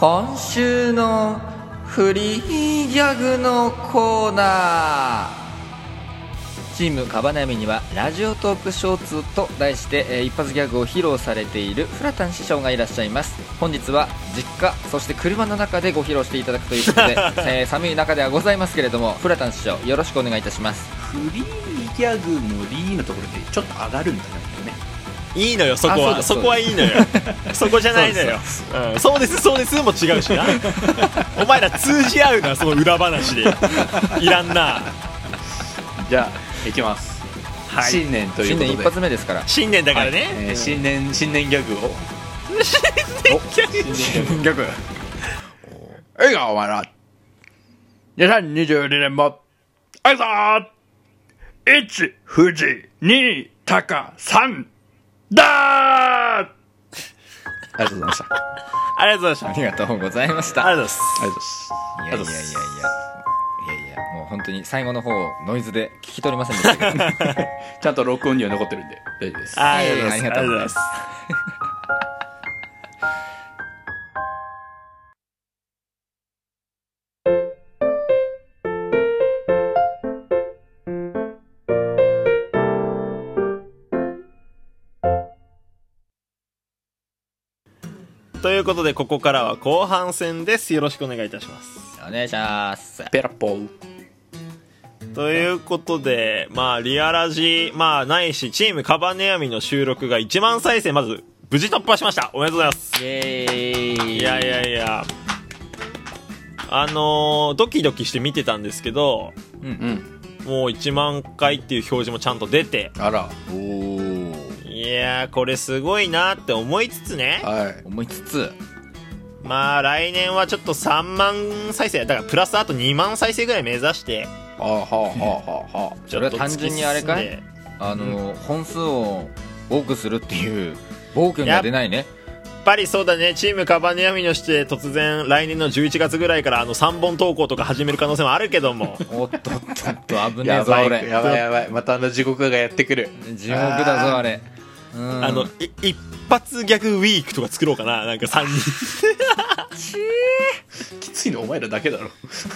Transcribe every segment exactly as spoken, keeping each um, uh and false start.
今週のフリーギャグのコーナー。チームカバナヤミにはラジオトークショーツと題して、えー、一発ギャグを披露されているフラタン師匠がいらっしゃいます。本日は実家そして車の中でご披露していただくということで、えー、寒い中ではございますけれども、フラタン師匠よろしくお願いいたします。 フリーギャグのリーのところでちょっと上がるんじゃないんだよね。 いいのよ、そこはそこはいいのよそこじゃないのよ。うん、そうですそうですも違うしなお前ら通じ合うな、その裏話でいらんな。 じゃあいきます、はい、新年ということで新年一発目ですから。 新年だからね、はい、 えー、新年新年ギャグを新年ギャグ新年ギャグ笑顔はなにせんにじゅうにねんもあいさいち富士にタカさんだーありがとうございました。 ありがとうございました。 ありがとうございました。 ありがとうございます。 ありがとうございます。 いやいやいやいやいやいや、もう本当に最後の方ノイズで聞き取れませんでしたけどちゃんと録音には残ってるんで大丈夫です。 ありがとうございます。 ありがとうございますということでここからは後半戦です。よろしくお願いいたします。 お願いします。 ペラポーということで、まあリアラジ、まあないしチームカバネヤミの収録がいちまん再生まず無事突破しました。おめでとうございます。 イエーイ。 いやいやいや、あのー、ドキドキして見てたんですけど、 うんうん、もういちまん回っていう表示もちゃんと出て、 あら、 おー、 いやーこれすごいなって思いつつね、 はい、 思いつつ、 まあ来年はちょっとさんまん再生だからプラスあとにまん再生ぐらい目指して、 はあはあはあはあはあ、 それは単純にあれかい、あの、うん、本数を多くするっていう暴挙には出ないね。 やっぱりそうだね。チームカバネヤミのして突然来年のじゅういちがつぐらいからあのさんぼん投稿とか始める可能性もあるけどもおっとっとっと危ねえぞ俺。 やばいやばい、またあの地獄がやってくる。 地獄だぞあれ。 うん、あの一発ギャグウィークとか作ろうかな。なんかさんにんきついのお前らだけだろ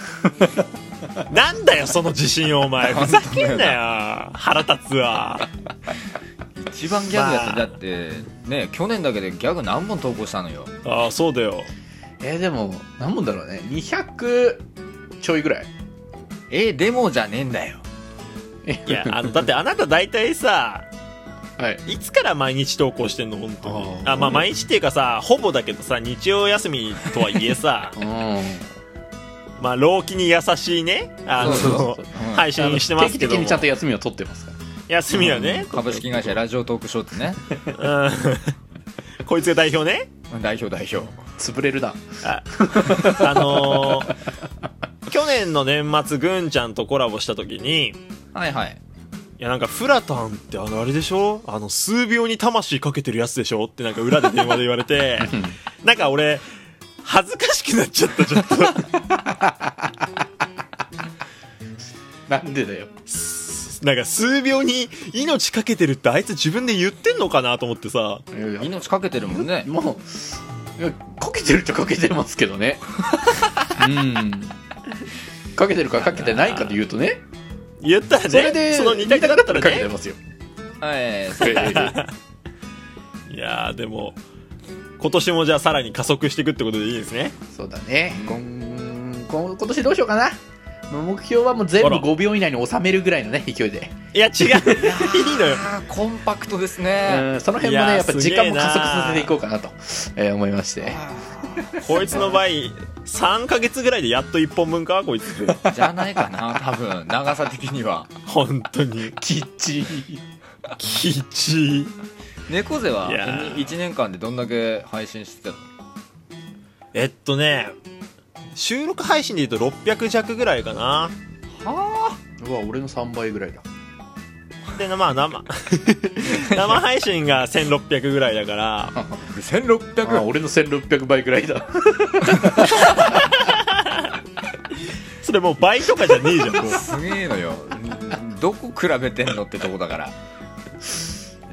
なんだよその自信お前、ふざけんなよ腹立つわ。 一番ギャグやって、まあ、だってね、去年だけでギャグ何本投稿したのよ。 ああそうだよ。 えー、でも何本だろうね、にひゃくちょいぐらい。 えー、でもじゃねえんだよ。 いやあのだってあなた大体さ、 はい、 いつから毎日投稿してんの本当に。ああ、まあ毎日っていうかさ、ほぼだけどさ、日曜休みとはいえさまあ老期に優しいね、あのそうそうそう、うん、配信してますけども、 定期的にちゃんと休みを取ってますから。 休みはね、 うん、株式会社ラジオトークショーツねうんこいつが代表ね。 代表代表潰れるな。 あ、あのー、去年の年末ぐんちゃんとコラボした時に、 はいはい、 いやなんかフラタンってあのあれでしょ、あの数秒に魂かけてるやつでしょってなんか裏で電話で言われてなんか俺恥ずかしくなっちゃったちょっとなんでだよ。 なんか数秒に命かけてるってあいつ自分で言ってんのかなと思ってさ。 いやいや命かけてるもんね。 もういやかけてるっちゃかけてますけどねうんかけてるかかけてないかで言うとね、 言ったらね、 それでその似た方だったらねかけてますよ。 はいいやでも今年もじゃあさらに加速していくってことでいいですね。 そうだね、うん、今, 今年どうしようかな。目標はもう全部ごびょう以内に収めるぐらいのね勢いで。 いや違ういいのよコンパクトですね。 うん、その辺もねやっぱ時間も加速させていこうかなと、えー、思いましてこいつの場合さんかげつぐらいでやっといっぽんぶんかこいつじゃないかな多分長さ的には。 本当にきっちきっち猫背はいちねんかんでどんだけ配信してたの？ えっとね収録配信でいうとろっぴゃく弱ぐらいかな。はあ、うわ俺のさんばいぐらいだ。 でまあ生生配信がせんろっぴゃくぐらいだからせんろっぴゃく、 あ俺のせんろっぴゃくばいぐらいだそれもう倍とかじゃねえじゃん。 すげえのよどこ比べてんのってとこだから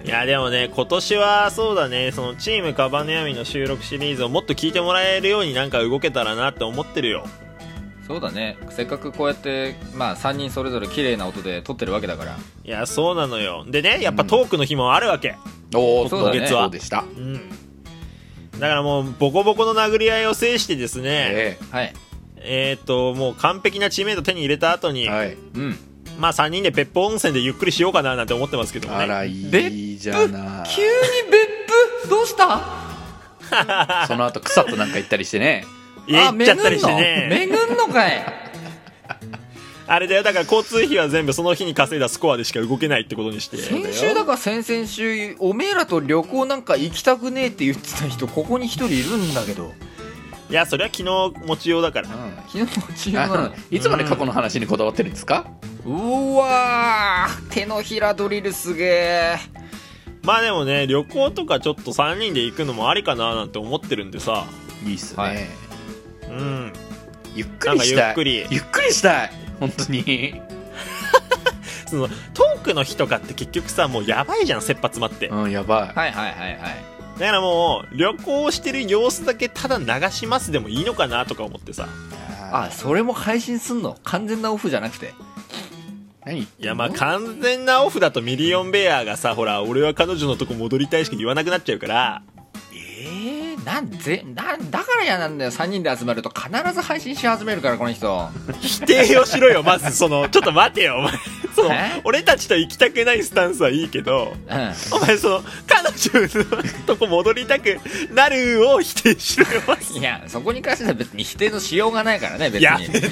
いやでもね今年はそうだね、そのチームカバネヤミの収録シリーズをもっと聞いてもらえるようになんか動けたらなって思ってるよ。 そうだね、せっかくこうやってまあさんにんそれぞれ綺麗な音で撮ってるわけだから。 いやそうなのよ。でねやっぱトークの日もあるわけ、 うん、おおそうだね、 今月はそうでした、 うん、だからもうボコボコの殴り合いを制してですね、 えー、はいえー、っともう完璧な知名度手に入れた後に、 はい、 うんまあさんにんで別府温泉でゆっくりしようかななんて思ってますけどもね。 あらいいじゃない。 急に別府どうしたその後草となんか行ったりしてね行っちゃったりしてね。 巡んのかいあれだよ、だから交通費は全部その日に稼いだスコアでしか動けないってことにして。 先週だか先々週おめえらと旅行なんか行きたくねえって言ってた人ここに一人いるんだけど。 いやそれは昨日持ちようだから、うん、 昨日持ちようなのいつまで過去の話にこだわってるんですか。 うわー手のひらドリルすげえ。 まあでもね旅行とかちょっとさんにんで行くのもありかななんて思ってるんでさ。 いいっすね、 はい、 うんゆっくりしたい。 ゆっくりゆっくりしたい本当にそのトークの日とかって結局さもうやばいじゃん切羽詰まって。 うんやばい。 はいはいはいはい。 だからもう旅行してる様子だけただ流しますでもいいのかなとか思ってさ。 あそれも配信すんの完全なオフじゃなくて。 何いやまあ完全なオフだとミリオンベアがさほら俺は彼女のとこ戻りたいしか言わなくなっちゃうから。 えー、なんぜなんだから嫌なんだよ。さんにんで集まると必ず配信し始めるからこの人。 否定をしろよまずそのちょっと待てよお前その俺たちと行きたくないスタンスはいいけど、うん、お前その彼女のとこ戻りたくなるを否定しろよまず。 いやそこに関しては別に否定のしようがないからね別に。 やめてよ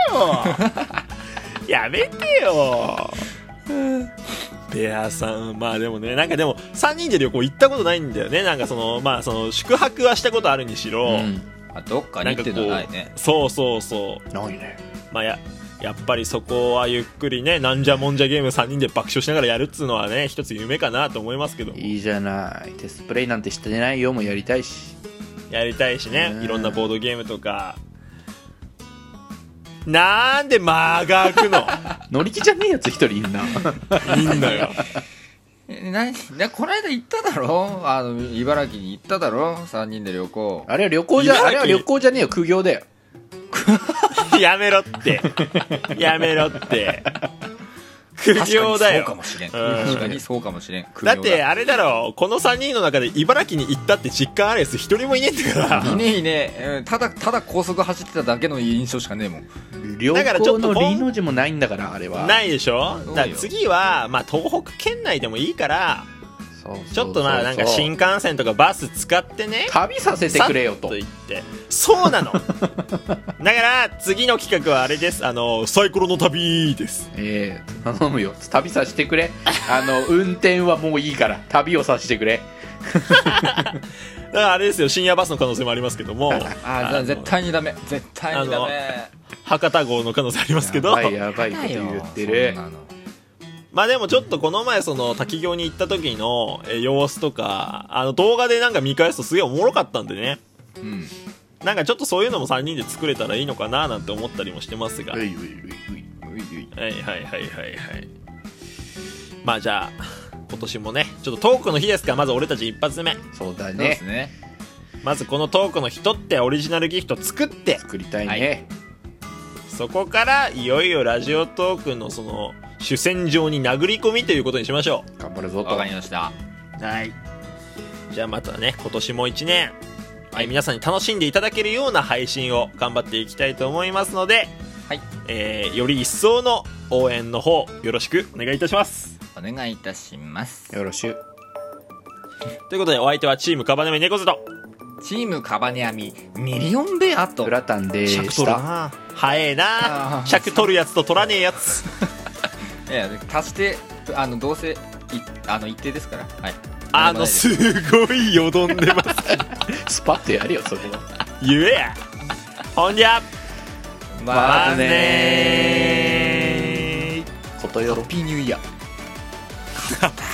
やめてよベアさん。まあでもねなんかでもさんにんで旅行行ったことないんだよね。なんかそのまあその宿泊はしたことあるにしろ、うん、 あどっかに行ってのはないね。 そうそうそうないね。 まあややっぱりそこはゆっくりねなんじゃもんじゃゲームさんにんで爆笑しながらやるっつうのはね一つ夢かなと思いますけど。 いいじゃない。テストプレイなんてしてないよもやりたいしやりたいしねいろんなボードゲームとか。なんで間が空くの乗り気じゃねえやつ一人いんな。 いいんだよななこの間行っただろあの茨城に行っただろさんにんで旅行。 あれは旅行じゃあれは旅行じゃねえよ苦行だよやめろってやめろって苦行だよ。 そうかもしれん、うん、確かにそうかもしれん。 だってあれだろこのさんにんの中で茨城に行ったって実感あるやつ一人もいねえんだから。 いねえいねえ、うん、ただただ高速走ってただけの印象しかねえもん。 旅行のリの字もないんだからあれはないでしょ。だから次は、まあ、東北県内でもいいからそうそうそうそうちょっとまあなんか新幹線とかバス使ってね旅させてくれよと言ってそうなのだから次の企画はあれです。あのサイコロの旅です。 ええー、頼むよ旅させてくれ。あの運転はもういいから旅をさせてくれだからあれですよ深夜バスの可能性もありますけどもああ絶対にダメ絶対にダメ。 博多号の可能性ありますけどやばいやばいこと言ってる。 まあでもちょっとこの前その滝行に行った時の様子とかあの動画でなんか見返すとすげえおもろかったんでね、うん、なんかちょっとそういうのもさんにんで作れたらいいのかななんて思ったりもしてますが、はいはいはいはいはいまあじゃあ今年もねちょっとトークの日ですからまず俺たち一発目。 そうだね。そうですね。 まずこのトークの日とってオリジナルギフト作って作りたいね、はい、 そこからいよいよラジオトークのその主戦場に殴り込みということにしましょう。頑張るぞと。 わかりました。 はい。じゃあまたね今年もいちねん、はい、皆さんに楽しんでいただけるような配信を頑張っていきたいと思いますので、はいえー、より一層の応援の方よろしくお願いいたします。 お願いいたします。 よろしゅう。 ということでお相手はチームカバネミ猫背とチームカバネアミミリオンベアとグラタンでした。早えな尺取るやつと取らねえやついや足してあのどうせいあの一定ですから。はい。 あのすごいよどんでますスパッとやるよそこは。 言えや。ほんじゃまたねー。 ことよろ。 ハッピーニューイヤー。